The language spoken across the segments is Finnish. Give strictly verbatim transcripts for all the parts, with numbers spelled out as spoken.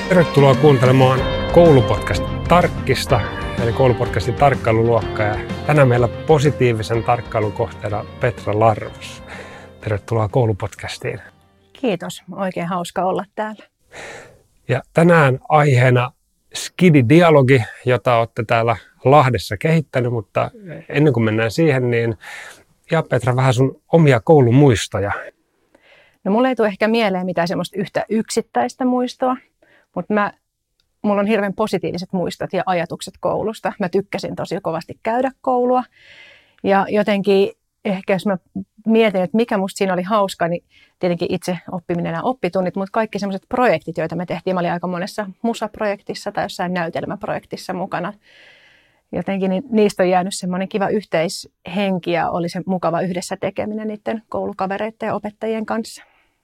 Tervetuloa kuuntelemaan koulupodcast Tarkkista, eli koulupodcastin tarkkailuluokka. Ja tänään meillä positiivisen tarkkailun kohteena Petra Larvus. Tervetuloa koulupodcastiin. Kiitos, oikein hauska olla täällä. Ja tänään aiheena Skidi-dialogi, jota olette täällä Lahdessa kehittänyt, mutta ennen kuin mennään siihen, niin ja Petra, vähän sun omia koulumuistoja. No mulla ei tule ehkä mieleen mitään semmoista yhtä yksittäistä muistoa, mutta mä, mulla on hirveän positiiviset muistot ja ajatukset koulusta. Mä tykkäsin tosi kovasti käydä koulua ja jotenkin ehkä jos mä mietin, että mikä musta siinä oli hauska, niin tietenkin itse oppiminen ja oppitunnit, mutta kaikki semmoiset projektit, joita me tehtiin. Mä olin aika monessa musaprojektissa tai jossain näytelmäprojektissa mukana. Jotenkin niin niistä on jäänyt semmoinen kiva yhteishenki ja oli se mukava yhdessä tekeminen niiden koulukavereiden ja opettajien kanssa.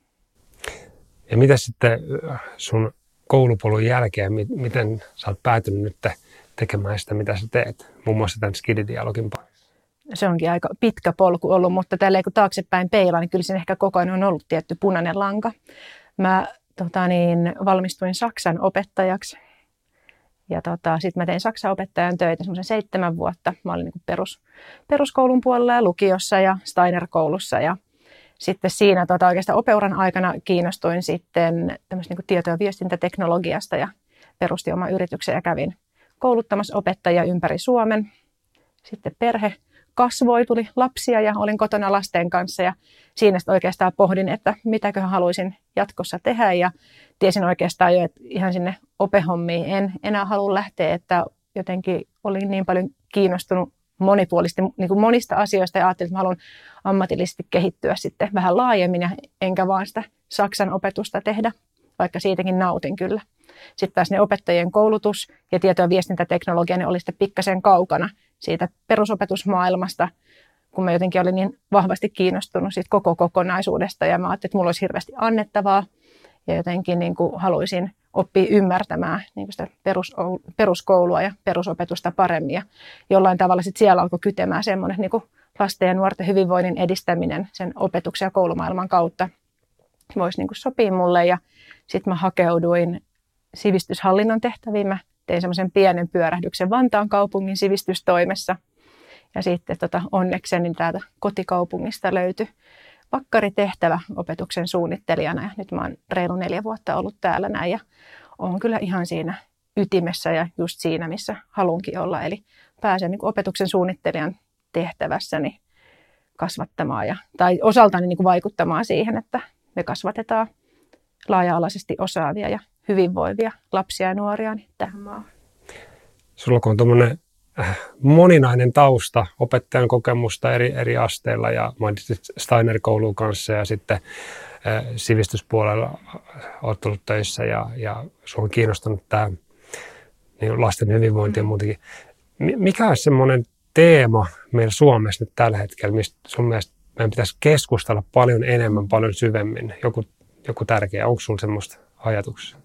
Ja mitä sitten sun koulupolun jälkeen, miten sä oot päätynyt nyt tekemään sitä, mitä sä teet, muun muassa tämän Skidi-dialogin parissa? Se onkin aika pitkä polku ollut, mutta tälleen kun taaksepäin peilaa, niin kyllä siinä ehkä koko ajan on ollut tietty punainen lanka. Mä tota niin, valmistuin Saksan opettajaksi ja tota, sitten mä tein Saksan opettajan töitä semmoisen seitsemän vuotta. Mä olin niin kuin perus, peruskoulun puolella ja lukiossa ja Steiner-koulussa ja sitten siinä tota, oikeastaan opeuran aikana kiinnostuin sitten tämmöistä niin tieto- ja viestintäteknologiasta ja perustin oman yrityksen ja kävin kouluttamassa opettajia ympäri Suomen. Sitten perhe kasvoi, tuli lapsia ja olin kotona lasten kanssa ja siinä oikeastaan pohdin, että mitäköhän haluaisin jatkossa tehdä ja tiesin oikeastaan jo, että ihan sinne opehommiin en enää halua lähteä, että jotenkin olin niin paljon kiinnostunut monipuolisesti niin kuin monista asioista ja ajattelin, että mä haluan ammatillisesti kehittyä sitten vähän laajemmin ja enkä vaan sitä Saksan opetusta tehdä, vaikka siitäkin nautin kyllä. Sitten taas ne opettajien koulutus ja tieto- ja viestintäteknologia, ne oli sitten pikkasen kaukana siitä perusopetusmaailmasta, kun mä jotenkin olin niin vahvasti kiinnostunut siitä koko kokonaisuudesta ja mä ajattelin, että mulla olisi hirveästi annettavaa ja jotenkin niin kuin haluaisin oppia ymmärtämään niin kuin sitä peruskoulua ja perusopetusta paremmin ja jollain tavalla sitten siellä alkoi kytemään semmoinen niin kuin lasten ja nuorten hyvinvoinnin edistäminen sen opetuksen ja koulumaailman kautta voisi niin kuin sopia mulle ja sitten mä hakeuduin sivistyshallinnon tehtäviin. Mä tein semmoisen pienen pyörähdyksen Vantaan kaupungin sivistystoimessa. Ja sitten tota, onnekseni täältä kotikaupungista löytyi vakkaritehtävä opetuksen suunnittelijana. Ja nyt mä oon reilu neljä vuotta ollut täällä näin ja oon kyllä ihan siinä ytimessä ja just siinä, missä haluankin olla. Eli pääsen niin kuin opetuksen suunnittelijan tehtävässäni kasvattamaan ja, tai osaltani niin kuin vaikuttamaan siihen, että me kasvatetaan laaja-alaisesti osaavia ja hyvinvoivia lapsia ja nuoria niin tähän maahan. Sulla on tuommoinen moninainen tausta, opettajan kokemusta eri, eri asteilla ja mainitsit Steiner-koulun kanssa ja sitten äh, sivistyspuolella olet ollut töissä ja, ja sinua on kiinnostanut tämä niin lasten hyvinvointi ja muutenkin. Mikä on semmoinen teema meillä Suomessa nyt tällä hetkellä, mistä sun mielestä meidän pitäisi keskustella paljon enemmän, paljon syvemmin? Joku, joku tärkeä, onko sinulla semmoista ajatuksia?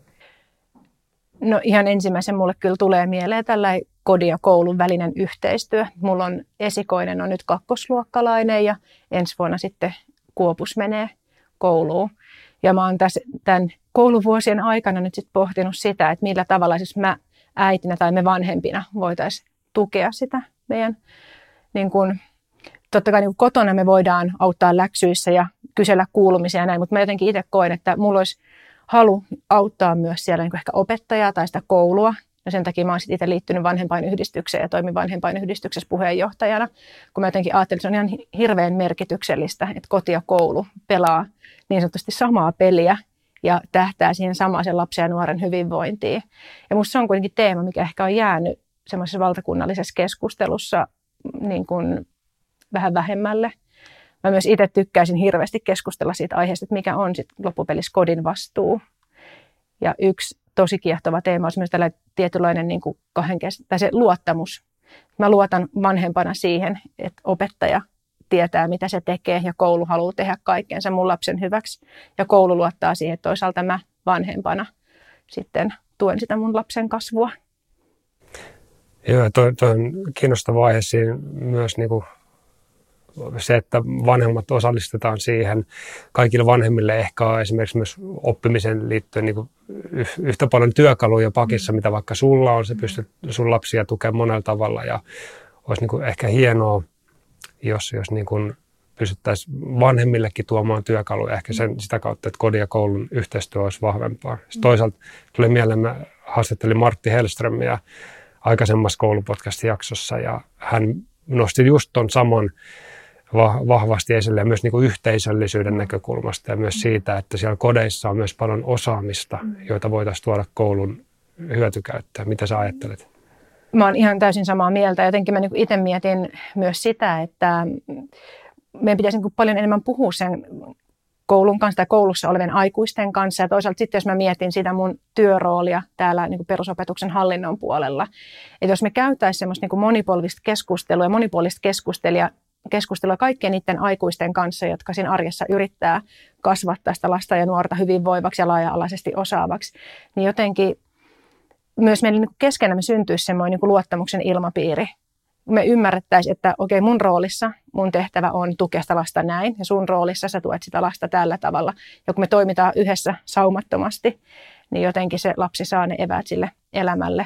No ihan ensimmäisen mulle kyllä tulee mieleen tällainen kodin ja koulun välinen yhteistyö. Mulla on esikoinen on nyt kakkosluokkalainen ja ensi vuonna sitten Kuopus menee kouluun. Ja mä oon tässä, tämän kouluvuosien aikana nyt sitten pohtinut sitä, että millä tavalla siis mä äitinä tai me vanhempina voitaisiin tukea sitä meidän, niin kun, totta kai niin kotona me voidaan auttaa läksyissä ja kysellä kuulumisia ja näin, mutta mä jotenkin itse koen, että mulla olisi halu auttaa myös siellä niin ehkä opettajaa tai sitä koulua. Ja sen takia mä oon itse liittynyt vanhempainyhdistykseen ja toimin vanhempainyhdistyksessä puheenjohtajana, kun mä jotenkin ajattelin, että se on ihan hirveän merkityksellistä, että koti ja koulu pelaa niin sanotusti samaa peliä ja tähtää siihen samaisen lapsen ja nuoren hyvinvointiin. Ja musta se on kuitenkin teema, mikä ehkä on jäänyt semmoisessa valtakunnallisessa keskustelussa niin kuin vähän vähemmälle. Mä myös itse tykkäisin hirveästi keskustella siitä aiheesta, että mikä on sitten loppupelissä kodin vastuu. Ja yksi tosi kiehtova teema on myös tällainen tietynlainen niin kuin kahden kes- tai se luottamus. Mä luotan vanhempana siihen, että opettaja tietää, mitä se tekee ja koulu haluaa tehdä kaikkensa mun lapsen hyväksi. Ja koulu luottaa siihen, että toisaalta mä vanhempana sitten tuen sitä mun lapsen kasvua. Joo, toi, toi on kiinnostava aihe siinä myös niin kuin se, että vanhemmat osallistetaan siihen. Kaikille vanhemmille ehkä on esimerkiksi myös oppimiseen liittyen niin kuin yhtä paljon työkaluja pakissa, mitä vaikka sulla on. Se pystyt sun lapsia tukemaan monella tavalla ja olisi niin kuin ehkä hienoa, jos, jos niin kuin pystyttäisiin vanhemmillekin tuomaan työkaluja ehkä sen, sitä kautta, että kodin ja koulun yhteistyö olisi vahvempaa. Sitten toisaalta tuli mieleen, mä haastattelin Martti Hellströmiä aikaisemmassa koulupodcast-jaksossa ja hän nosti just ton saman vahvasti esille myös niin kuin yhteisöllisyyden näkökulmasta ja myös siitä, että siellä kodeissa on myös paljon osaamista, joita voitaisiin tuoda koulun hyötykäyttöön. Mitä sä ajattelet? Mä oon ihan täysin samaa mieltä. Jotenkin mä niin kuin itse mietin myös sitä, että meidän pitäisi niin kuin paljon enemmän puhua sen koulun kanssa tai koulussa olevien aikuisten kanssa. Ja toisaalta sitten, jos mä mietin sitä mun työroolia täällä niin kuin perusopetuksen hallinnon puolella, että jos me käytäisiin semmoista niin kuin monipolvista keskustelua ja monipuolista keskustelua, keskustelua kaikkien niiden aikuisten kanssa, jotka siinä arjessa yrittää kasvattaa sitä lasta ja nuorta hyvinvoivaksi ja laaja-alaisesti osaavaksi, niin jotenkin myös meillä niin keskenämme syntyisi semmoinen niin kuin luottamuksen ilmapiiri. Me ymmärrettäisiin, että okei, mun roolissa mun tehtävä on tukea sitä lasta näin ja sun roolissa sä tuet sitä lasta tällä tavalla. Ja kun me toimitaan yhdessä saumattomasti, niin jotenkin se lapsi saa ne eväät sille elämälle.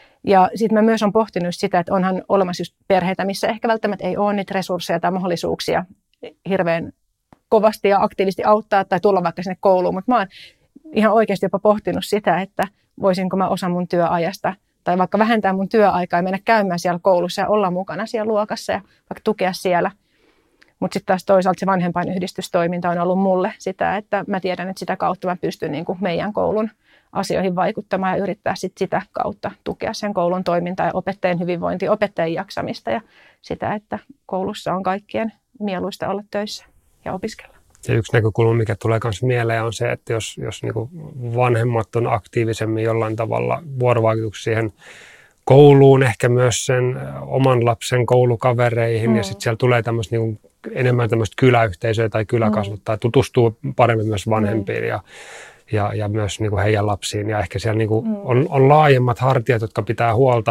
Ja sitten mä myös on pohtinut sitä, että onhan olemassa just perheitä, missä ehkä välttämättä ei ole niitä resursseja tai mahdollisuuksia hirveän kovasti ja aktiivisesti auttaa tai tulla vaikka sinne kouluun. Mutta mä oon ihan oikeasti jopa pohtinut sitä, että voisinko mä osa mun työajasta tai vaikka vähentää mun työaikaa ja mennä käymään siellä koulussa ja olla mukana siellä luokassa ja vaikka tukea siellä. Mutta sitten taas toisaalta se vanhempainyhdistystoiminta on ollut mulle sitä, että mä tiedän, että sitä kautta mä pystyn niin kuin meidän koulun asioihin vaikuttamaan ja yrittää sit sitä kautta tukea sen koulun toimintaa ja opettajien hyvinvointia, opettajien jaksamista ja sitä, että koulussa on kaikkien mieluista olla töissä ja opiskella. Ja yksi näkökulma, mikä tulee myös mieleen, on se, että jos, jos niin kuin vanhemmat on aktiivisemmin jollain tavalla vuorovaikutuksessa siihen kouluun, ehkä myös sen oman lapsen koulukavereihin, mm. ja sitten siellä tulee tämmöistä niin kuin enemmän tämmöistä kyläyhteisöä tai kyläkasvut, tai mm. tutustuu paremmin myös vanhempiin mm. ja, ja, ja myös niin kuin heidän lapsiin. Ja ehkä siellä niin kuin mm. on, on laajemmat hartiat, jotka pitää huolta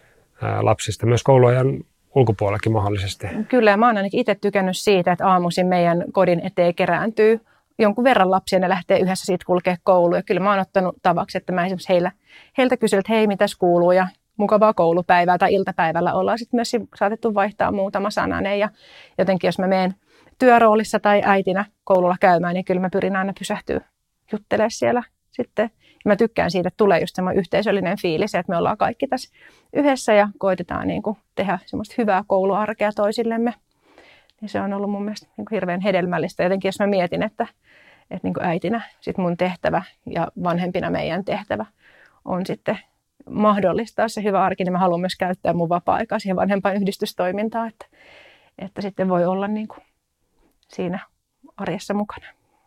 ää, lapsista, myös kouluajan ulkopuolellakin mahdollisesti. Kyllä, mä oon ainakin itse tykännyt siitä, että aamuisin meidän kodin eteen kerääntyy jonkun verran lapsia ja ne lähtee yhdessä siitä kulkea kouluun. Ja kyllä mä oon ottanut tavaksi, että mä esimerkiksi heillä, heiltä kysyn, että hei, mitäs kuuluu ja mukavaa koulupäivää tai iltapäivällä ollaan sitten myös saatettu vaihtaa muutama sananen. Ja jotenkin jos mä menen työroolissa tai äitinä koululla käymään, niin kyllä mä pyrin aina pysähtyä juttelemaan siellä sitten. Ja mä tykkään siitä, että tulee just semmoinen yhteisöllinen fiilis, että me ollaan kaikki tässä yhdessä ja koitetaan niin kuin tehdä semmoista hyvää kouluarkea toisillemme. Niin se on ollut mun mielestä niin kuin hirveän hedelmällistä. Jotenkin jos mä mietin, että, että niin kuin äitinä sit mun tehtävä ja vanhempina meidän tehtävä on sitten mahdollistaa se hyvä arki, niin mä haluan myös käyttää mun vapaa-aikaa siihen vanhempainyhdistystoimintaan, että, että sitten voi olla niin kuin siinä arjessa mukana.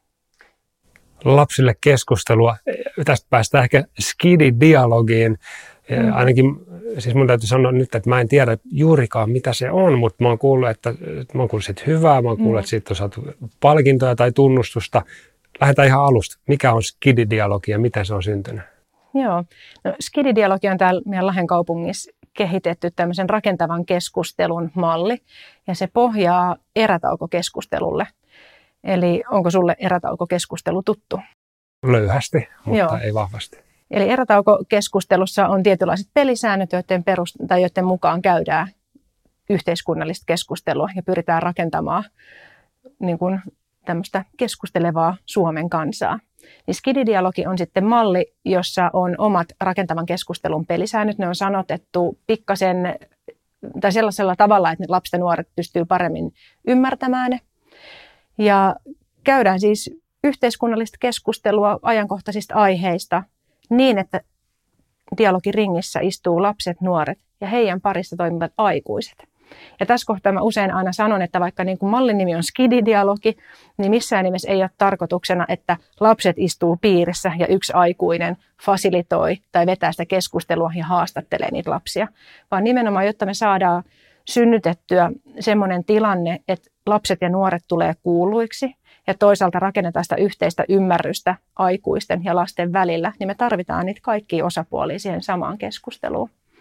Lapsille keskustelua. Tästä päästään ehkä skidi-dialogiin. Mm. Ainakin, siis mun täytyy sanoa nyt, että mä en tiedä juurikaan mitä se on, mutta mä oon kuullut, että, että mä oon kuullut siitä hyvää, mä oon kuullut, mm. että siitä on saatu palkintoja tai tunnustusta. Lähdetään ihan alusta. Mikä on skidi-dialogi ja miten se on syntynyt? Joo, no, skidi-dialogi on täällä meidän Lahden kaupungissa kehitetty tämmöisen rakentavan keskustelun malli ja se pohjaa erätaukokeskustelulle. Eli onko sulle erätaukokeskustelu tuttu? Löyhästi, mutta Joo. ei vahvasti. Eli erätaukokeskustelussa on tietynlaiset pelisäännöt, joiden, perust- tai joiden mukaan käydään yhteiskunnallista keskustelua ja pyritään rakentamaan niin kuin tämmöistä keskustelevaa Suomen kansaa. Niin skididialogi on sitten malli, jossa on omat rakentavan keskustelun pelisäännöt. Ne on sanotettu pikkasen tai sellaisella tavalla, että lapset ja nuoret pystyy paremmin ymmärtämään ne. Ja käydään siis yhteiskunnallista keskustelua ajankohtaisista aiheista niin, että dialogiringissä istuu lapset, nuoret ja heidän parissa toimivat aikuiset. Ja tässä kohtaa mä usein aina sanon, että vaikka niin kuin mallin nimi on skididialogi, niin missään nimessä ei ole tarkoituksena, että lapset istuu piirissä ja yksi aikuinen fasilitoi tai vetää sitä keskustelua ja haastattelee niitä lapsia. Vaan nimenomaan, jotta me saadaan synnytettyä semmoinen tilanne, että lapset ja nuoret tulee kuuluiksi ja toisaalta rakennetaan sitä yhteistä ymmärrystä aikuisten ja lasten välillä, niin me tarvitaan niitä kaikkia osapuolia siihen samaan keskusteluun.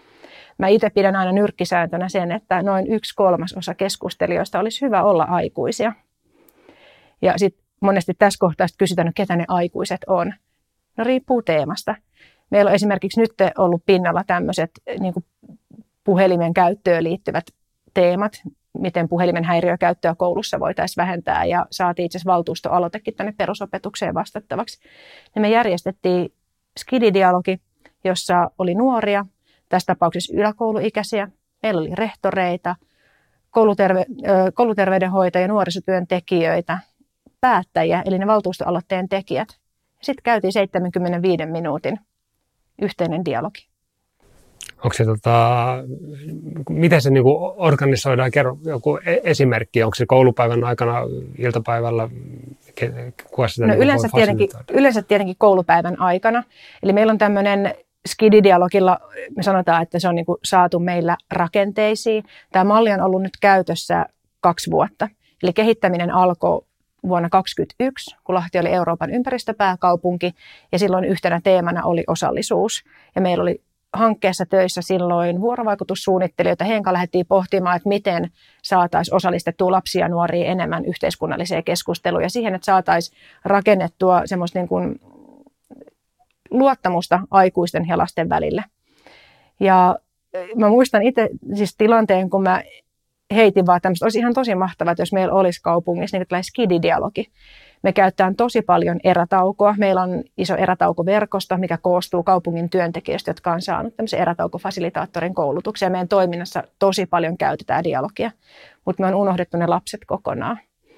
Mä itse pidän aina nyrkkisääntönä sen, että noin yksi kolmasosa keskustelijoista olisi hyvä olla aikuisia. Ja sitten monesti tässä kohtaa kysytään, no ketä ne aikuiset on. No riippuu teemasta. Meillä on esimerkiksi nyt ollut pinnalla tämmöiset niin kuin puhelimen käyttöön liittyvät teemat, miten puhelimen häiriökäyttöä koulussa voitaisiin vähentää, ja saatiin itse asiassa valtuustoaloitekin tänne perusopetukseen vastattavaksi. Ja me järjestettiin skididialogi, jossa oli nuoria, tässä tapauksessa yläkouluikäisiä, meillä oli rehtoreita, kouluterve, kouluterveydenhoitajia, nuorisotyöntekijöitä, päättäjiä, eli ne valtuustoaloitteen tekijät. Sitten käytiin seitsemänkymmentäviisi minuutin yhteinen dialogi. Onko se, tota, miten se niinku organisoidaan? Kerro joku esimerkki. Onko se koulupäivän aikana, iltapäivällä? Kuka sitä no niinku yleensä, tietenkin, yleensä tietenkin koulupäivän aikana. Eli meillä on tämmöinen skididialogilla, me sanotaan, että se on niinku saatu meillä rakenteisiin. Tämä malli on ollut nyt käytössä kaksi vuotta. Eli kehittäminen alkoi vuonna kaksituhattakaksikymmentäyksi, kun Lahti oli Euroopan ympäristöpääkaupunki, ja silloin yhtenä teemana oli osallisuus. Ja meillä oli hankkeessa töissä silloin vuorovaikutussuunnittelijoita. Heidän kanssa lähdettiin pohtimaan, että miten saataisiin osallistettua lapsia ja nuoria enemmän yhteiskunnalliseen keskusteluun, ja siihen, että saataisiin rakennettua semmoista niin kuin luottamusta aikuisten ja lasten välille. Ja mä muistan itse siis tilanteen, kun mä heitin vaan tämmöistä, olisi ihan tosi mahtavaa, että jos meillä olisi kaupungissa niin tällainen skididialogi. Me käytetään tosi paljon erätaukoa. Meillä on iso erätaukoverkosto, mikä koostuu kaupungin työntekijöistä, jotka on saanut tämmöisen erätaukofasilitaattorin koulutuksen. Ja meidän toiminnassa tosi paljon käytetään dialogia, mutta me on unohdettu ne lapset kokonaan.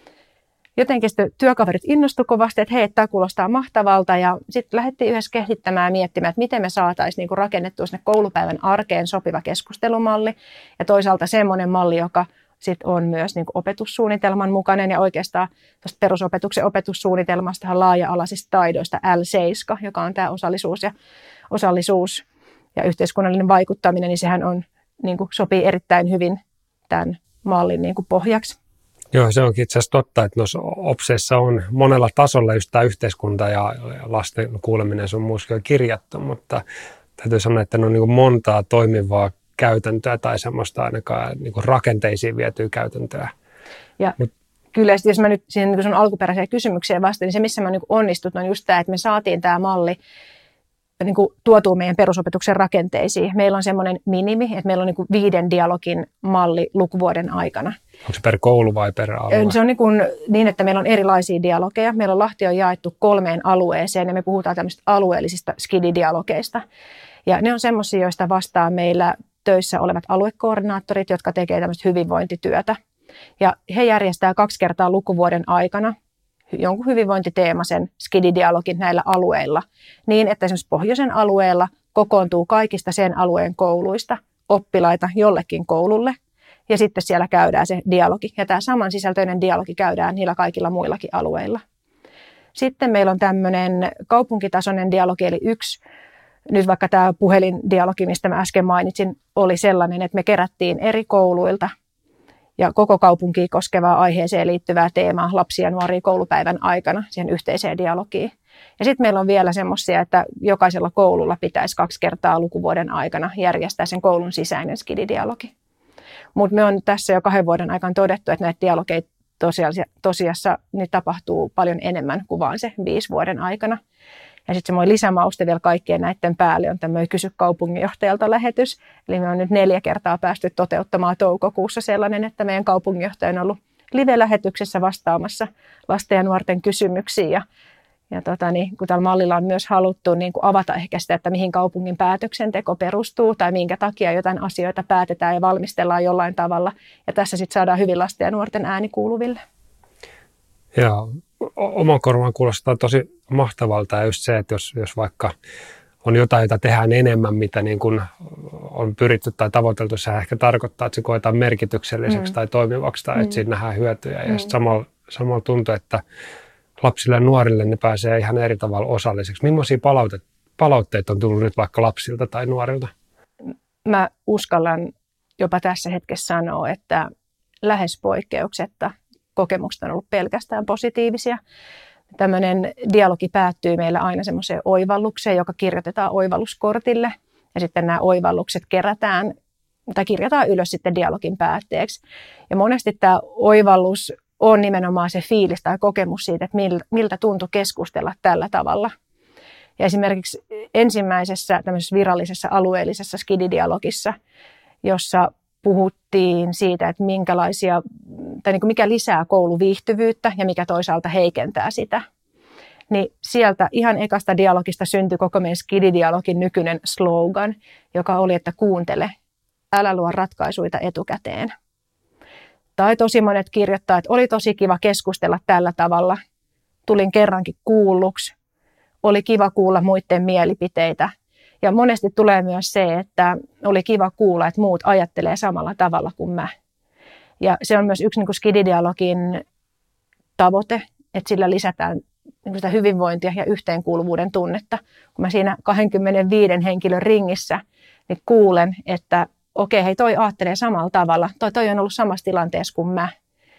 Jotenkin sitten työkaverit innostuivat kovasti, että hei, tämä kuulostaa mahtavalta. Ja sitten lähdettiin yhdessä kehittämään ja miettimään, että miten me saataisiin niinku rakennettua sinne koulupäivän arkeen sopiva keskustelumalli. Ja toisaalta semmoinen malli, joka sitten on myös niinku opetussuunnitelman mukainen. Ja oikeastaan tuosta perusopetuksen opetussuunnitelmasta laaja-alaisista taidoista L seitsemän, joka on tämä osallisuus ja, osallisuus ja yhteiskunnallinen vaikuttaminen, niin sehän on, niinku, sopii erittäin hyvin tämän mallin niinku pohjaksi. Joo, se onkin itse asiassa totta, että noissa OPSeissa on monella tasolla just tämä yhteiskunta ja lasten kuuleminen sun muussa kirjattu, mutta täytyy sanoa, että ne on niin kuin montaa toimivaa käytäntöä tai semmoista ainakaan niin kuin rakenteisiin vietyä käytäntöä. Ja Mut, kyllä, jos mä nyt siihen niin sun alkuperäiseen kysymykseen vastaan, niin se missä mä niin onnistut on just tämä, että me saatiin tämä malli niin kuin tuotuu meidän perusopetuksen rakenteisiin. Meillä on semmoinen minimi, että meillä on niin kuin viiden dialogin malli lukuvuoden aikana. Onko se per koulu vai per alue? Se on niin, kuin, niin, että meillä on erilaisia dialogeja. Meillä on Lahti on jaettu kolmeen alueeseen ja me puhutaan tämmöistä alueellisista skididialogeista. Ja ne on semmoisia, joista vastaa meillä töissä olevat aluekoordinaattorit, jotka tekevät tämmöistä hyvinvointityötä. Ja he järjestää kaksi kertaa lukuvuoden aikana jonkun hyvinvointiteemaisen skididialogin näillä alueilla, niin että esimerkiksi pohjoisen alueella kokoontuu kaikista sen alueen kouluista oppilaita jollekin koululle, ja sitten siellä käydään se dialogi. Ja tämä samansisältöinen dialogi käydään niillä kaikilla muillakin alueilla. Sitten meillä on tämmöinen kaupunkitasoinen dialogi, eli yksi, nyt vaikka tämä puhelindialogi, mistä mä äsken mainitsin, oli sellainen, että me kerättiin eri kouluilta ja koko kaupunkia koskevaa aiheeseen liittyvää teemaa lapsia ja nuoria koulupäivän aikana siihen yhteiseen dialogiin. Ja sitten meillä on vielä semmoisia, että jokaisella koululla pitäisi kaksi kertaa lukuvuoden aikana järjestää sen koulun sisäinen skididialogi. Mutta me on tässä jo kahden vuoden aikana todettu, että näitä dialogeita tosiasiassa niin tapahtuu paljon enemmän kuin vaan se viisi vuoden aikana. Ja sitten semmoinen lisämauste vielä kaikkien näiden päälle on tämmöinen Kysy kaupunginjohtajalta -lähetys. Eli me on nyt neljä kertaa päästy toteuttamaan toukokuussa sellainen, että meidän kaupunginjohtaja on ollut live-lähetyksessä vastaamassa lasten ja nuorten kysymyksiin. Ja, ja tota, niin, kun tällä mallilla on myös haluttu niin kuin avata ehkä sitä, että mihin kaupungin päätöksenteko perustuu tai minkä takia jotain asioita päätetään ja valmistellaan jollain tavalla. Ja tässä sitten saadaan hyvin lasten ja nuorten ääni kuuluville. Joo. Oman korvaan kuulostaa tosi mahtavalta, ja just se, että jos, jos vaikka on jotain, jota tehdään enemmän, mitä niin kuin on pyritty tai tavoiteltu, se ehkä tarkoittaa, että se koetaan merkitykselliseksi mm. tai toimivaksi tai mm. että siitä nähdään hyötyjä. Mm. Ja samalla, samalla tuntuu, että lapsille ja nuorille ne pääsee ihan eri tavalla osalliseksi. Millaisia palautteita, palautteita on tullut nyt vaikka lapsilta tai nuorilta? Mä uskallan jopa tässä hetkessä sanoa, että lähes poikkeuksetta kokemukset on ollut pelkästään positiivisia. Tämmöinen dialogi päättyy meillä aina semmoiseen oivallukseen, joka kirjoitetaan oivalluskortille. Ja sitten nämä oivallukset kerätään tai kirjataan ylös sitten dialogin päätteeksi. Ja monesti tämä oivallus on nimenomaan se fiilis tai kokemus siitä, että miltä tuntui keskustella tällä tavalla. Ja esimerkiksi ensimmäisessä tämmöisessä virallisessa alueellisessa skididialogissa, jossa puhuttiin siitä, että minkälaisia, tai niin kuin mikä lisää kouluviihtyvyyttä ja mikä toisaalta heikentää sitä, niin sieltä ihan ekasta dialogista syntyi koko meidän skididialogin nykyinen slogan, joka oli, että kuuntele, älä luo ratkaisuita etukäteen. Tai tosi monet kirjoittaa, että oli tosi kiva keskustella tällä tavalla, tulin kerrankin kuulluksi, oli kiva kuulla muiden mielipiteitä. Ja monesti tulee myös se, että oli kiva kuulla, että muut ajattelee samalla tavalla kuin mä. Ja se on myös yksi niin kuin skididialogin tavoite, että sillä lisätään niin sitä hyvinvointia ja yhteenkuuluvuuden tunnetta. Kun mä siinä kaksikymmentäviisi henkilön ringissä niin kuulen, että okei, hei toi ajattelee samalla tavalla, toi, toi on ollut samassa tilanteessa kuin mä,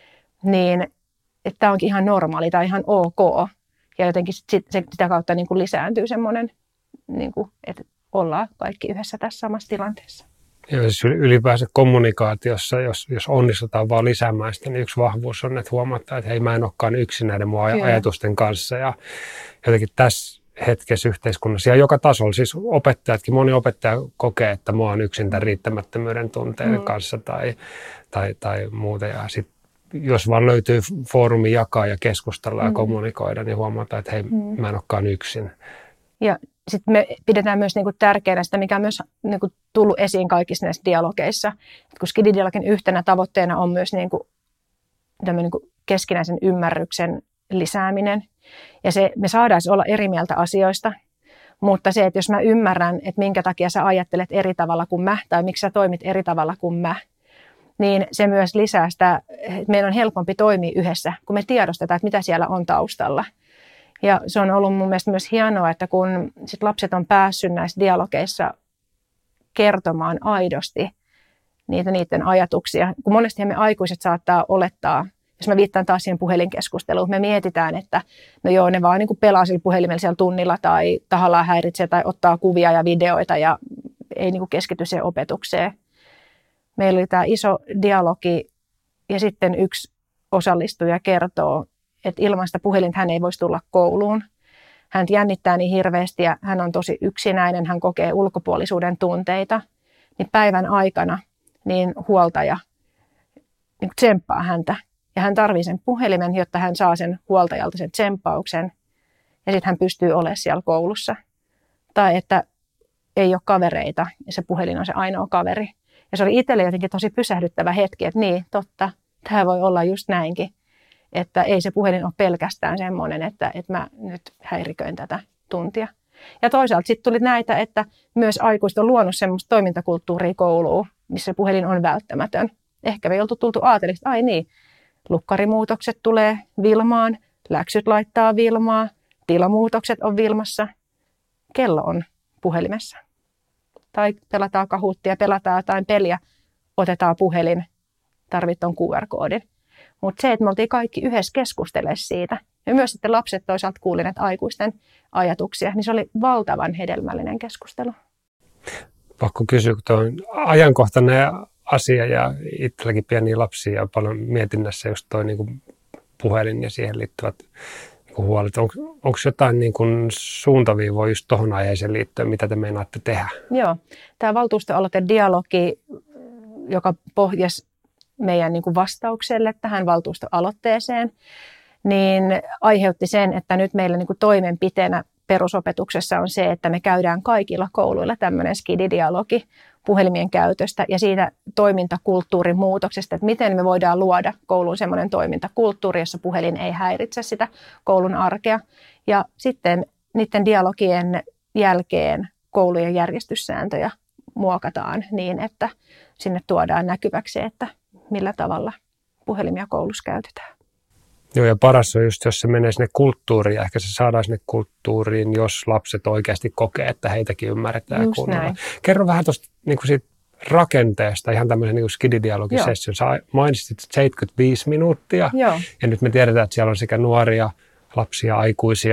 niin että tämä onkin ihan normaali tai ihan ok. Ja jotenkin sit, sit, sitä kautta niin kuin lisääntyy semmoinen, niin kuin, että ollaan kaikki yhdessä tässä samassa tilanteessa. Joo, siis ylipäänsä kommunikaatiossa, jos, jos onnistutaan vaan lisäämään sitä, niin yksi vahvuus on, että huomataan, että hei, mä en olekaan yksin näiden mun Kyllä. ajatusten kanssa. Ja jotenkin tässä hetkessä yhteiskunnassa ja joka tasolla, siis opettajatkin, moni opettaja kokee, että mä oon yksin tämän riittämättömyyden tunteiden mm. kanssa tai, tai, tai muuta. Ja sit, jos vaan löytyy foorumi jakaa ja keskustella mm. ja kommunikoida, niin huomataan, että hei, mm. mä en olekaan yksin. Ja sitten me pidetään myös niinku tärkeänä sitä, mikä on myös niinku tullut esiin kaikissa näissä dialogeissa. Et kun skididialogin yhtenä tavoitteena on myös niinku, niinku keskinäisen ymmärryksen lisääminen. Ja se, me saadaan olla eri mieltä asioista, mutta se, että jos mä ymmärrän, että minkä takia sä ajattelet eri tavalla kuin mä, tai miksi sä toimit eri tavalla kuin mä, niin se myös lisää sitä, että meidän on helpompi toimia yhdessä, kun me tiedostetaan, että mitä siellä on taustalla. Ja se on ollut mun mielestä myös hienoa, että kun sit lapset on päässyt näissä dialogeissa kertomaan aidosti niitä niiden ajatuksia, kun monesti me aikuiset saattaa olettaa, jos mä viittaan taas siihen puhelinkeskusteluun, me mietitään, että no joo, ne vaan niin kuin pelaa sillä puhelimella siellä tunnilla tai tahallaan häiritsee tai ottaa kuvia ja videoita ja ei niin kuin keskity siihen opetukseen. Meillä oli tämä iso dialogi ja sitten yksi osallistuja kertoo, että ilman sitä puhelinta hän ei voisi tulla kouluun. Hän jännittää niin hirveästi ja hän on tosi yksinäinen, hän kokee ulkopuolisuuden tunteita. Niin päivän aikana niin huoltaja niin tsemppaa häntä. Ja hän tarvitsee sen puhelimen, jotta hän saa sen huoltajalta sen tsemppauksen. Ja sitten hän pystyy olemaan siellä koulussa. Tai että ei ole kavereita ja se puhelin on se ainoa kaveri. Ja se oli itselle jotenkin tosi pysähdyttävä hetki, että niin, totta, tämä voi olla just näinkin. Että ei se puhelin ole pelkästään semmoinen, että, että mä nyt häiriköin tätä tuntia. Ja toisaalta sitten tuli näitä, että myös aikuiset on luonut semmoista toimintakulttuuria kouluun, missä puhelin on välttämätön. Ehkä me ei oltu tultu ajatella, että ai niin, lukkarimuutokset tulee Vilmaan, läksyt laittaa Vilmaa, tilamuutokset on Vilmassa, kello on puhelimessa. Tai pelataan kahuuttia, pelataan jotain peliä, otetaan puhelin, tarvitaan Q R-koodin. Mutta se, että me oltiin kaikki yhdessä keskustelemaan siitä, ja myös sitten lapset toisaalta kuuli näitä aikuisten ajatuksia, niin se oli valtavan hedelmällinen keskustelu. Pakko kysyä, kun tuo on ajankohtainen asia ja itselläkin pieniä lapsia ja paljon mietinnässä just tuo niinku puhelin ja siihen liittyvät niinku huolet. On, onko jotain niinku suuntaviivoa just tuohon aiheeseen liittyen, mitä te meinaatte tehdä? Joo, tämä valtuustoaloitedialogi, joka pohjasi meidän niin kuin vastaukselle tähän valtuustoaloitteeseen, niin aiheutti sen, että nyt meillä niin kuin toimenpiteenä perusopetuksessa on se, että me käydään kaikilla kouluilla tämmöinen skididialogi puhelimien käytöstä ja siitä toimintakulttuurin muutoksesta, että miten me voidaan luoda kouluun semmoinen toimintakulttuuri, jossa puhelin ei häiritse sitä koulun arkea. Ja sitten niiden dialogien jälkeen koulujen järjestyssääntöjä muokataan niin, että sinne tuodaan näkyväksi, että millä tavalla puhelimia koulussa käytetään. Joo, ja paras on just, jos se menee sinne kulttuuriin, ehkä se saadaan sinne kulttuuriin, jos lapset oikeasti kokee, että heitäkin ymmärretään just kunnolla. Näin. Kerro vähän tuosta niin kuin siitä rakenteesta, ihan tämmöisen niin kuin skididialogisession. Sä mainitsit seitsemänkymmentäviisi minuuttia, Joo. ja nyt me tiedetään, että siellä on sekä nuoria, lapsia, aikuisia,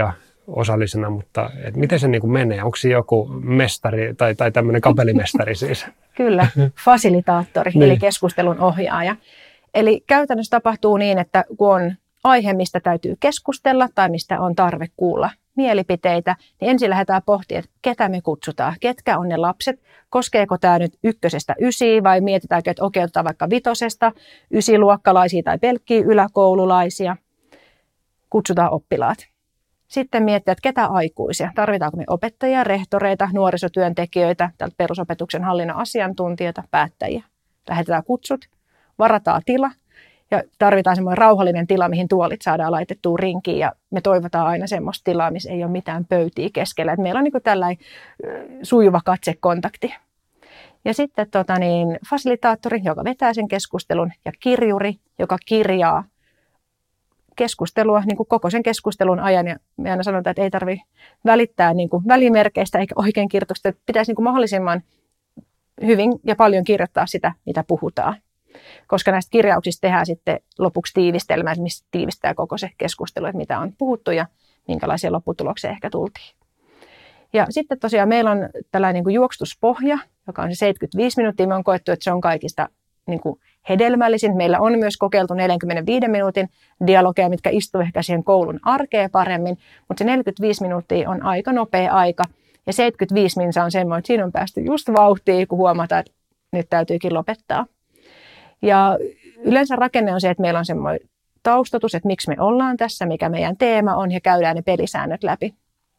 osallisena, mutta et miten se niin kuin menee? Onko se joku mestari tai, tai tämmöinen kapellimestari siis? Kyllä, fasilitaattori, niin. eli keskustelun ohjaaja. Eli käytännössä tapahtuu niin, että kun on aihe, mistä täytyy keskustella tai mistä on tarve kuulla mielipiteitä, niin ensin lähdetään pohtimaan, että ketä me kutsutaan, ketkä on ne lapset, koskeeko tämä nyt ykkösestä ysiin vai mietitäänkö, että okei, otetaan vaikka vitosesta ysiluokkalaisia tai pelkkiä yläkoululaisia, kutsutaan oppilaat. Sitten miettiä, että ketä aikuisia, tarvitaanko me opettajia, rehtoreita, nuorisotyöntekijöitä, tältä perusopetuksen hallinnon asiantuntijoita, päättäjiä. Lähetetään kutsut, varataan tila. Ja tarvitaan semmoinen rauhallinen tila, mihin tuolit saadaan laitettua rinkiin. Ja me toivotaan aina semmoista tilaa, missä ei ole mitään pöytiä keskellä. Et meillä on niin kuin tällainen sujuva katsekontakti. Ja sitten tota niin, fasilitaattori, joka vetää sen keskustelun, ja kirjuri, joka kirjaa keskustelua niin kuin koko sen keskustelun ajan. Ja me aina sanotaan, että ei tarvitse välittää niin kuin välimerkeistä eikä oikein kirjoitusta. Että pitäisi niin kuin mahdollisimman hyvin ja paljon kirjoittaa sitä, mitä puhutaan. Koska näistä kirjauksista tehdään sitten lopuksi tiivistelmä, missä tiivistää koko se keskustelu, että mitä on puhuttu ja minkälaisia lopputuloksia ehkä tultiin. Ja sitten tosiaan meillä on tällainen niin kuin juoksutuspohja, joka on se seitsemänkymmentäviisi minuuttia. Me on koettu, että se on kaikista niin kuin hedelmällisin. Meillä on myös kokeiltu neljänkymmenenviiden minuutin dialogeja, mitkä istuu ehkä siihen koulun arkeen paremmin, mutta se neljäkymmentäviisi minuuttia on aika nopea aika. Ja seitsemänkymmentäviisi minuuttia on semmoinen, että siinä on päästy just vauhtiin, kun huomataan, että nyt täytyykin lopettaa. Ja yleensä rakenne on se, että meillä on semmoinen taustatus, että miksi me ollaan tässä, mikä meidän teema on, ja käydään ne pelisäännöt läpi.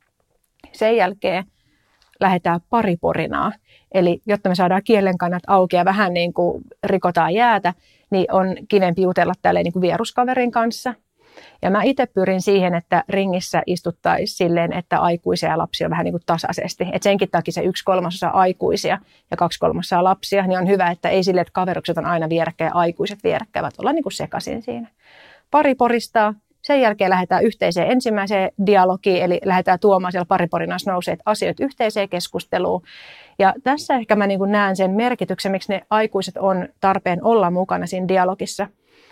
Sen jälkeen lähdetään pariporinaa. Eli jotta me saadaan kielen kannat auki ja vähän niin kuin rikotaan jäätä, niin on kivempi jutella tälleen niin kuin vieruskaverin kanssa. Ja mä itse pyrin siihen, että ringissä istuttaisiin silleen, että aikuisia ja lapsia on vähän niin kuin tasaisesti. Et senkin takia se yksi kolmasosa aikuisia ja kaksi kolmasosaa lapsia, niin on hyvä, että ei silleen, että kaverukset on aina vierekkäin ja aikuiset vierekkäin, vaan ollaan niin kuin sekaisin siinä. Pari poristaa, sen jälkeen lähdetään yhteiseen ensimmäiseen dialogiin, eli lähdetään tuomaan siellä pariporinassa nouseet asiat yhteiseen keskusteluun. Ja tässä ehkä mä niin kuin näen sen merkityksen, miksi ne aikuiset on tarpeen olla mukana siinä dialogissa.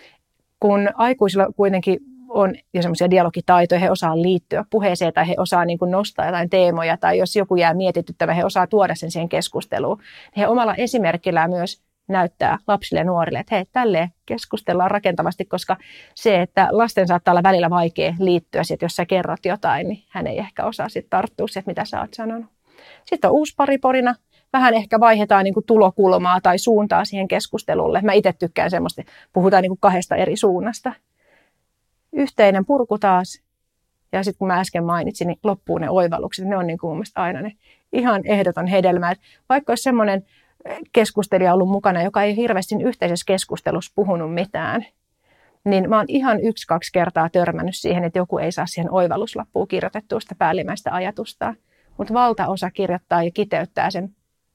Kun aikuisilla kuitenkin on jo semmoisia dialogitaitoja, he osaa liittyä puheeseen tai he osaa niin kuin nostaa jotain teemoja tai jos joku jää mietityttävä, he osaa tuoda sen siihen keskusteluun. He omalla esimerkillään myös näyttää lapsille ja nuorille, että hei, tälleen keskustellaan rakentavasti, koska se, että lasten saattaa olla välillä vaikea liittyä, että jos sä kerrot jotain, niin hän ei ehkä osaa sitten tarttua siihen, mitä sä oot sanonut. Sitten on uusi pariporina. Vähän ehkä vaihdetaan niin kuin tulokulmaa tai suuntaa siihen keskustelulle. Mä itse tykkään semmoista, puhutaan niin kuin kahdesta eri suunnasta. Yhteinen purku taas. Ja sitten kun mä äsken mainitsin, niin loppuu ne oivallukset. Ne on niin kuin mun mielestä aina ne ihan ehdoton hedelmä. Vaikka olisi semmoinen keskustelija ollut mukana, joka ei hirveästi yhteisessä keskustelussa puhunut mitään, niin mä oon ihan yksi, kaksi kertaa törmännyt siihen, että joku ei saa siihen oivalluslappuun kirjoitettua sitä päällimmäistä ajatusta. Mutta valtaosa kirjoittaa ja kiteyttää sen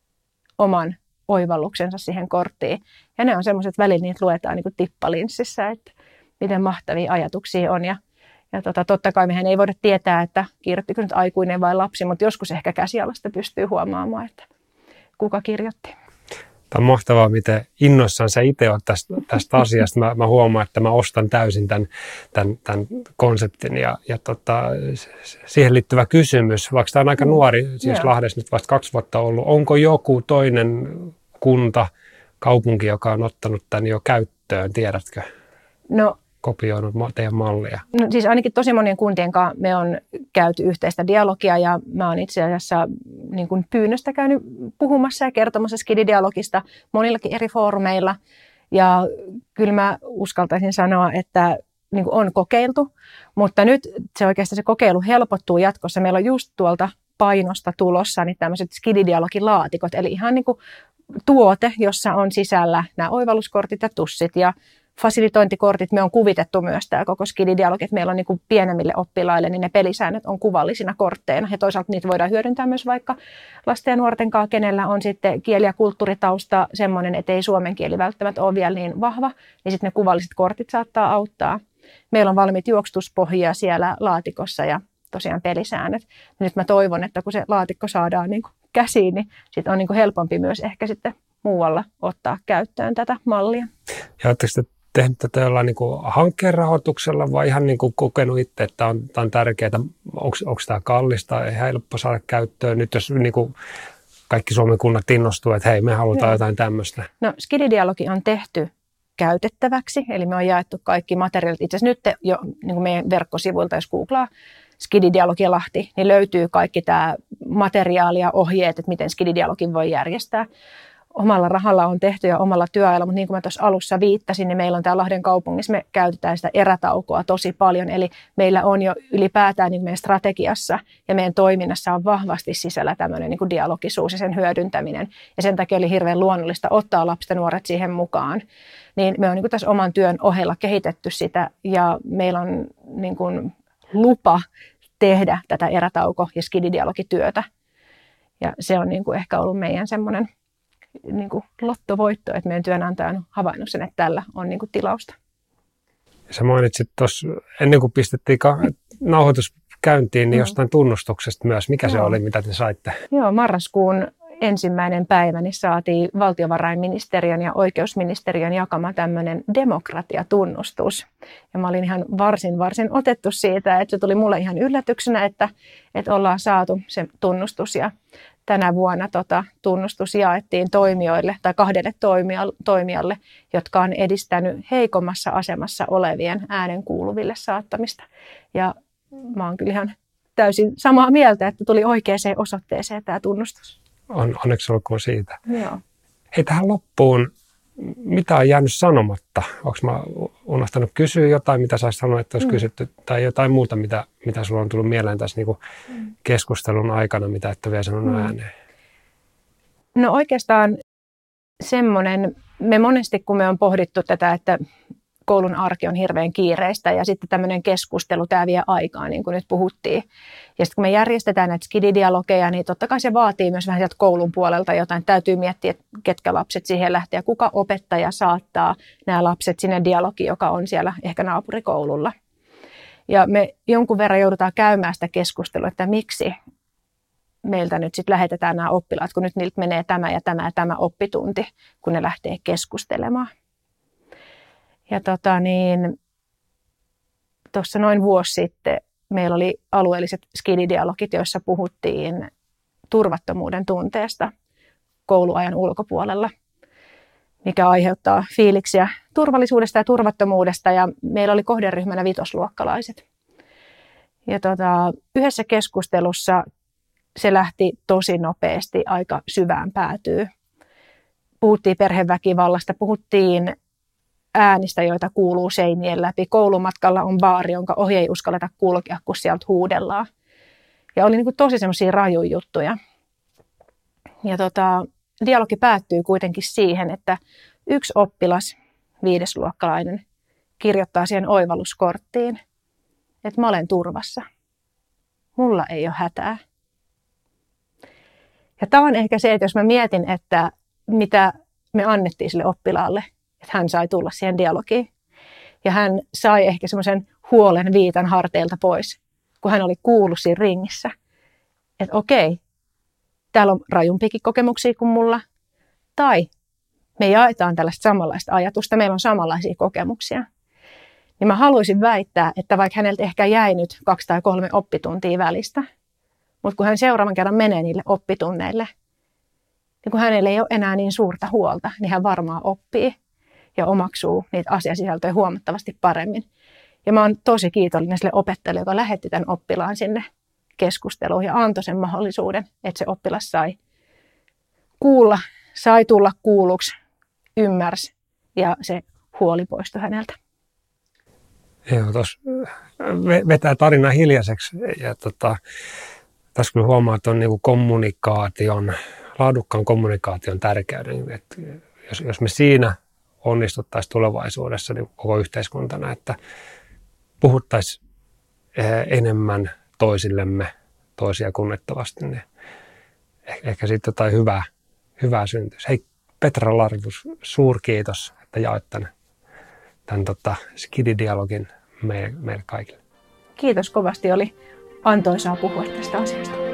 oman oivalluksensa siihen korttiin. Ja ne on semmoiset välillä, niitä luetaan niin kuin tippalinssissä, että miten mahtavia ajatuksia on. Ja, ja tota, totta kai mehän ei voida tietää, että kirjoittiko nyt aikuinen vai lapsi, mutta joskus ehkä käsialasta pystyy huomaamaan, että kuka kirjoitti. Tämä on mahtavaa, miten innoissaan sä itse olet tästä, tästä asiasta. Mä, mä huomaan, että mä ostan täysin tämän, tämän, tämän konseptin. Ja, ja tota, siihen liittyvä kysymys, vaikka tämä on aika nuori, siis Joo. Lahdessa nyt vasta kaksi vuotta ollut, onko joku toinen kunta, kaupunki, joka on ottanut tämän jo käyttöön, tiedätkö? No, kopioinut teidän mallia? No, siis ainakin tosi monien kuntien kanssa me on käyty yhteistä dialogia ja mä oon itse asiassa niin kuin pyynnöstä käynyt puhumassa ja kertomassa Skidi-dialogista monillakin eri foorumeilla. Ja kyllä mä uskaltaisin sanoa, että niin kuin on kokeiltu, mutta nyt se oikeastaan se kokeilu helpottuu jatkossa. Meillä on just tuolta painosta tulossa niin tämmöiset Skidi-dialogin laatikot, eli ihan niin kuin tuote, jossa on sisällä nämä oivalluskortit ja tussit ja fasilitointikortit. Me on kuvitettu myös tämä koko Skidi-dialogi, että meillä on niin kuin pienemmille oppilaille, niin ne pelisäännöt on kuvallisina kortteina. Ja toisaalta niitä voidaan hyödyntää myös vaikka lasten ja nuorten kanssa, kenellä on sitten kieli- ja kulttuuritausta semmoinen, että ei suomen kieli välttämättä ole vielä niin vahva, niin sitten ne kuvalliset kortit saattaa auttaa. Meillä on valmiit juoksutuspohjia siellä laatikossa ja tosiaan pelisäännöt. Ja nyt mä toivon, että kun se laatikko saadaan niin kuin käsiin, niin sitten on niin kuin helpompi myös ehkä sitten muualla ottaa käyttöön tätä mallia. Ja oletteko te tehnyt tätä jollain niin kuin hankkeen rahoituksella vai ihan niin kuin kokenut itse, että on, tämä on tärkeää onko tämä kallista, ei helppo saada käyttöön. Nyt jos niin kuin kaikki Suomen kunnat innostuu, että hei, me halutaan Joo. jotain tämmöistä. No Skididialogi on tehty käytettäväksi, eli me on jaettu kaikki materiaalit. Itse asiassa nyt jo niin kuin meidän verkkosivuilta, jos googlaa Skididialogi Lahti, niin löytyy kaikki tämä materiaali ja ohjeet, että miten Skididialogin voi järjestää. Omalla rahalla on tehty ja omalla työajalla, mutta niin kuin mä tuossa alussa viittasin, niin meillä on täällä Lahden kaupungissa, me käytetään sitä erätaukoa tosi paljon. Eli meillä on jo ylipäätään niin meidän strategiassa ja meidän toiminnassa on vahvasti sisällä tämmöinen niin kuin dialogisuus ja sen hyödyntäminen. Ja sen takia oli hirveän luonnollista ottaa lapset ja nuoret siihen mukaan. Niin me on niin kuin tässä oman työn ohella kehitetty sitä ja meillä on niin kuin lupa tehdä tätä erätauko- ja skididialogityötä. Ja se on niin kuin ehkä ollut meidän semmoinen niin kuin lottovoitto, että meidän työnantaja on havainnut sen, että tällä on niin kuin tilausta. Sä mainitsit tuossa, ennen kuin pistettiin nauhoitus käyntiin, niin jostain tunnustuksesta myös. Mikä Joo. se oli, mitä te saitte? Joo, marraskuun ensimmäinen päivä niin saatiin valtiovarainministeriön ja oikeusministeriön jakama tämmöinen demokratiatunnustus. Ja mä olin ihan varsin, varsin otettu siitä, että se tuli mulle ihan yllätyksenä, että, että ollaan saatu se tunnustus. Ja tänä vuonna tota, tunnustus jaettiin toimijoille tai kahdelle toimijalle, jotka on edistänyt heikommassa asemassa olevien äänen kuuluville saattamista. Ja mä oon kyllä ihan täysin samaa mieltä, että tuli oikeaan osoitteeseen tämä tunnustus. On, onneksi olkoon siitä. Joo. Hei, tähän loppuun, mitä on jäänyt sanomatta? Onko mä unohtanut kysyä jotain, mitä sä sanoa, että olisi mm. kysytty, tai jotain muuta, mitä, mitä sulla on tullut mieleen tässä niin kuin mm. keskustelun aikana, mitä et ole vielä sanonut mm. ääneen? No oikeastaan semmoinen, me monesti kun me on pohdittu tätä, että koulun arki on hirveän kiireistä ja sitten tämmöinen keskustelu, tämä vie aikaa, niin kuin nyt puhuttiin. Ja sitten kun me järjestetään näitä skididialogeja, niin totta kai se vaatii myös vähän sieltä koulun puolelta jotain. Täytyy miettiä, että ketkä lapset siihen lähtee ja kuka opettaja saattaa nämä lapset sinne dialogiin, joka on siellä ehkä naapurikoululla. Ja me jonkun verran joudutaan käymään sitä keskustelua, että miksi meiltä nyt sitten lähetetään nämä oppilaat, kun nyt niiltä menee tämä ja tämä ja tämä oppitunti, kun ne lähtee keskustelemaan. Ja tota niin, tuossa noin vuosi sitten meillä oli alueelliset skididialogit, joissa puhuttiin turvattomuuden tunteesta kouluajan ulkopuolella, mikä aiheuttaa fiiliksiä turvallisuudesta ja turvattomuudesta. Ja meillä oli kohderyhmänä vitosluokkalaiset. Ja tota, yhdessä keskustelussa se lähti tosi nopeasti aika syvään päätyyn. Puhuttiin perheväkivallasta, puhuttiin äänistä, joita kuuluu seinien läpi. Koulumatkalla on baari, jonka ohi ei uskalleta kulkea, kun sieltä huudellaan. Ja oli niin kuin tosi semmoisia rajuja juttuja. Ja tota, dialogi päättyy kuitenkin siihen, että yksi oppilas, viidesluokkalainen, kirjoittaa siihen oivalluskorttiin, että mä olen turvassa. Mulla ei ole hätää. Ja tämä on ehkä se, että jos mä mietin, että mitä me annettiin sille oppilaalle, että hän sai tulla siihen dialogiin. Ja hän sai ehkä semmoisen huolen viitan harteilta pois, kun hän oli kuullut siinä ringissä. Että okei, täällä on rajumpikin kokemuksia kuin mulla. Tai me jaetaan tällaista samanlaista ajatusta, meillä on samanlaisia kokemuksia. Niin mä haluaisin väittää, että vaikka häneltä ehkä jäi nyt kaksi tai kolme oppituntia välistä, mutta kun hän seuraavan kerran menee niille oppitunneille, niin kun hänellä ei ole enää niin suurta huolta, niin hän varmaan oppii ja omaksuu niitä asiasisältöjä huomattavasti paremmin. Ja mä oon tosi kiitollinen sille opettajalle, joka lähetti tämän oppilaan sinne keskusteluun ja antoi sen mahdollisuuden, että se oppilas sai kuulla, sai tulla kuulluksi, ymmärsi ja se huoli poistui häneltä. Joo, tuossa vetää tarinaa hiljaiseksi ja tota, tässä kyllä huomaa, että on niin kuin kommunikaation, laadukkaan kommunikaation tärkeyden. Että jos, jos me siinä onnistuttaisiin tulevaisuudessa niin koko yhteiskuntana, että puhuttaisiin enemmän toisillemme toisia kunnettavasti, niin ehkä sitten jotain hyvää, hyvää syntyisi. Hei Petra Larvus, suurkiitos, että jaoit tämän, tämän tota, skididialogin meille, meille kaikille. Kiitos kovasti, oli antoisaa puhua tästä asiasta.